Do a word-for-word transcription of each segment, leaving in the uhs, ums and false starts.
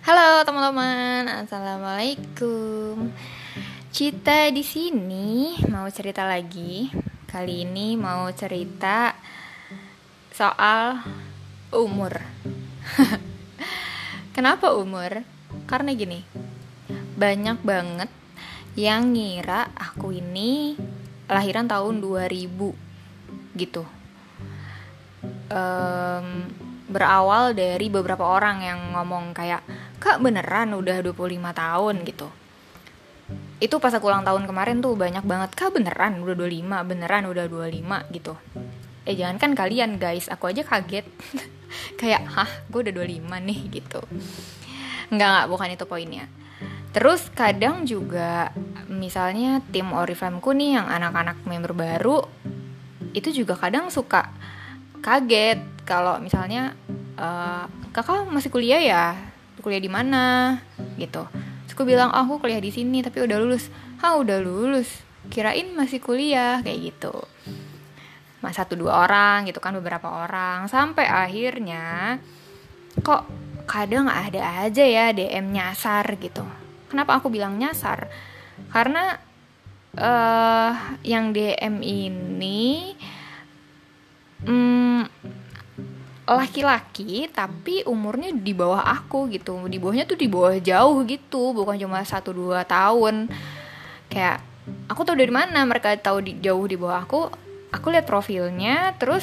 Halo teman-teman, assalamualaikum. Cita di sini mau cerita lagi. Kali ini mau cerita soal umur. Kenapa umur? Karena gini, banyak banget yang ngira aku ini lahiran tahun dua ribu gitu. Um, berawal dari beberapa orang yang ngomong kayak, "Kak beneran udah dua puluh lima tahun gitu." Itu pas aku ulang tahun kemarin tuh banyak banget, "Kak beneran udah dua puluh lima, beneran udah dua puluh lima gitu." Eh jangan kan kalian guys, aku aja kaget. Kayak, "Hah, gue udah dua puluh lima nih gitu." Enggak, enggak, bukan itu poinnya. Terus kadang juga misalnya tim Oriflameku nih yang anak-anak member baru itu juga kadang suka kaget kalau misalnya uh, kakak masih kuliah ya, kuliah di mana gitu. Terus aku bilang, oh, aku kuliah di sini tapi udah lulus. Ah udah lulus, kirain masih kuliah kayak gitu. Mas satu dua orang gitu kan, beberapa orang, sampai akhirnya kok kadang ada aja ya D M nyasar gitu. Kenapa aku bilang nyasar? Karena uh, yang D M ini Hmm, laki-laki tapi umurnya di bawah aku gitu. Di bawahnya tuh di bawah jauh gitu, bukan cuma satu dua tahun. Kayak aku tahu dari mana mereka tahu di, jauh di bawah aku. Aku lihat profilnya, terus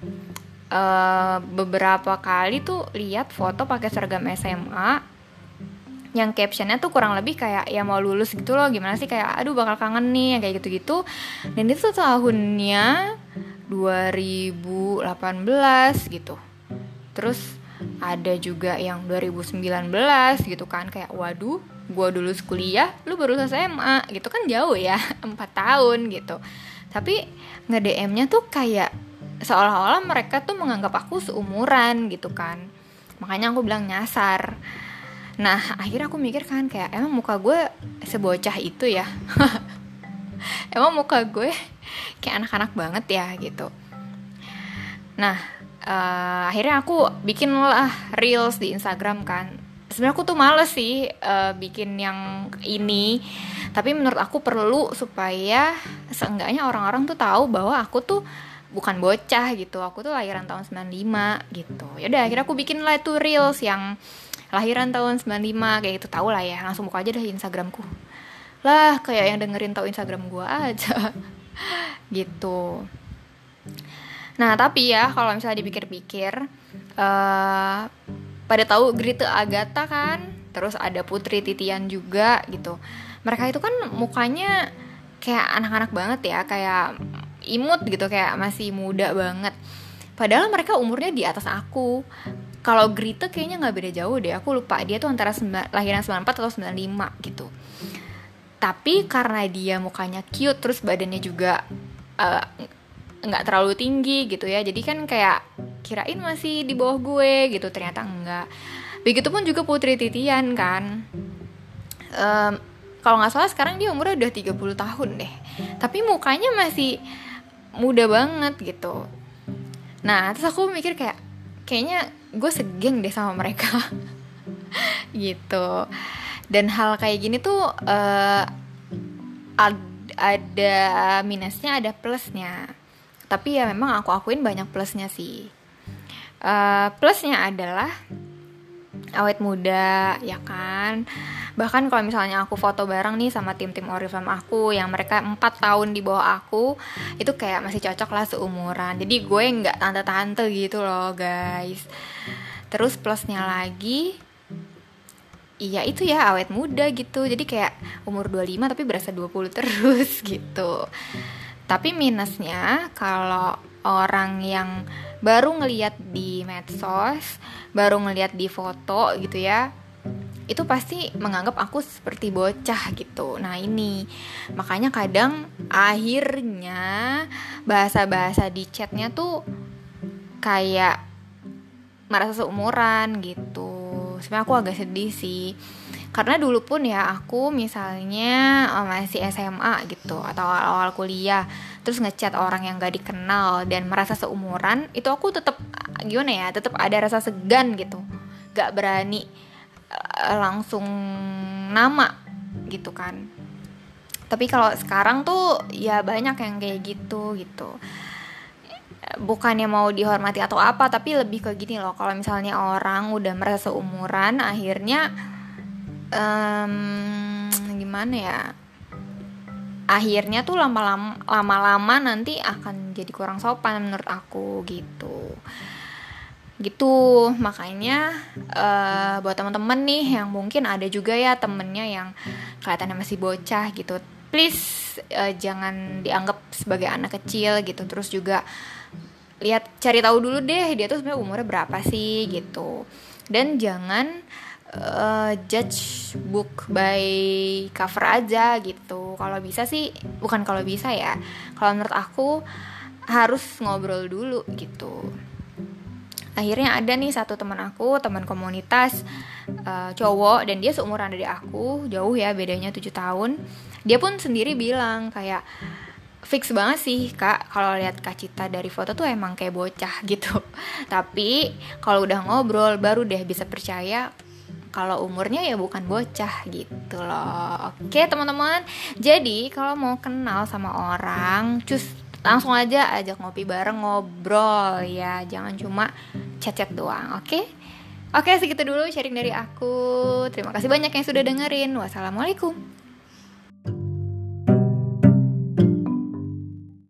uh, beberapa kali tuh lihat foto pakai seragam S M A yang captionnya tuh kurang lebih kayak ya mau lulus gitu loh, gimana sih, kayak aduh bakal kangen nih, kayak gitu-gitu. Dan itu tuh tahunnya dua ribu delapan belas gitu. Terus ada juga yang dua ribu sembilan belas gitu kan, kayak waduh, gue dulu kuliah, lu baru S M A gitu kan, jauh ya, empat tahun gitu. Tapi nge-D M-nya tuh kayak seolah-olah mereka tuh menganggap aku seumuran gitu kan. Makanya aku bilang nyasar. Nah akhirnya aku mikir kan, kayak emang muka gue sebocah itu ya. Emang muka gue kayak anak-anak banget ya gitu. Nah uh, akhirnya aku bikin lah reels di Instagram kan. Sebenarnya aku tuh males sih uh, bikin yang ini, tapi menurut aku perlu supaya seenggaknya orang-orang tuh tahu bahwa aku tuh bukan bocah gitu. Aku tuh lahiran tahun sembilan puluh lima gitu. Yaudah akhirnya aku bikin lah itu reels yang lahiran tahun sembilan puluh lima kayak gitu. Tahu lah ya, langsung buka aja deh Instagramku. Lah kayak yang dengerin tahu Instagram gue aja. Gitu. Nah tapi ya kalau misalnya dipikir-pikir, uh, pada tahu Grita Agatha kan, terus ada Putri Titian juga gitu. Mereka itu kan mukanya kayak anak-anak banget ya, kayak imut gitu, kayak masih muda banget. Padahal mereka umurnya di atas aku. Kalau Grita kayaknya nggak beda jauh deh, aku lupa dia tuh antara sembilan, lahiran sembilan puluh empat atau sembilan puluh lima gitu. Tapi karena dia mukanya cute, terus badannya juga nggak uh, terlalu tinggi gitu ya, jadi kan kayak kirain masih di bawah gue gitu, ternyata enggak. Begitupun juga Putri Titian kan, um, kalau nggak salah sekarang dia umurnya udah tiga puluh tahun deh, tapi mukanya masih muda banget gitu. Nah terus aku mikir kayak kayaknya gue segeng deh sama mereka. Gitu. Dan hal kayak gini tuh uh, ad- ada minusnya, ada plusnya. Tapi ya memang aku akuin banyak plusnya sih. Uh, plusnya adalah awet muda, ya kan. Bahkan kalau misalnya aku foto bareng nih sama tim-tim Oriflame aku yang mereka empat tahun di bawah aku, itu kayak masih cocok lah seumuran. Jadi gue gak tante-tante gitu loh guys. Terus plusnya lagi, iya itu ya awet muda gitu. Jadi kayak umur dua puluh lima tapi berasa dua puluh terus gitu. Tapi minusnya kalau orang yang baru ngelihat di medsos, baru ngelihat di foto gitu ya, itu pasti menganggap aku seperti bocah gitu. Nah ini makanya kadang akhirnya bahasa-bahasa di chatnya tuh kayak merasa seumuran gitu. Sebenarnya aku agak sedih sih, karena dulu pun ya aku misalnya oh, masih S M A gitu atau awal-awal kuliah, terus ngechat orang yang gak dikenal dan merasa seumuran, itu aku tetap gimana ya, tetap ada rasa segan gitu, gak berani uh, langsung nama gitu kan. Tapi kalau sekarang tuh ya banyak yang kayak gitu gitu. Bukannya mau dihormati atau apa, tapi lebih ke gini loh, kalau misalnya orang udah merasa seumuran, akhirnya um, gimana ya, akhirnya tuh lama-lama lama-lama nanti akan jadi kurang sopan menurut aku gitu gitu makanya uh, buat teman-teman nih yang mungkin ada juga ya temennya yang kelihatannya masih bocah gitu, please uh, jangan dianggap sebagai anak kecil gitu. Terus juga lihat, cari tahu dulu deh dia tuh sebenarnya umurnya berapa sih gitu. Dan jangan uh, judge book by cover aja gitu. Kalau bisa sih, bukan kalau bisa ya, kalau menurut aku harus ngobrol dulu gitu. Akhirnya ada nih satu teman aku, teman komunitas uh, cowok, dan dia seumuran dari aku, jauh ya bedanya tujuh tahun. Dia pun sendiri bilang kayak fix banget sih kak, kalau lihat Kak Cita dari foto tuh emang kayak bocah gitu. Tapi kalau udah ngobrol baru deh bisa percaya kalau umurnya ya bukan bocah gitu loh. Oke teman-teman, jadi kalau mau kenal sama orang, cus langsung aja ajak ngopi bareng, ngobrol ya, jangan cuma chat-chat doang. Oke, oke segitu dulu sharing dari aku. Terima kasih banyak yang sudah dengerin. Wassalamualaikum.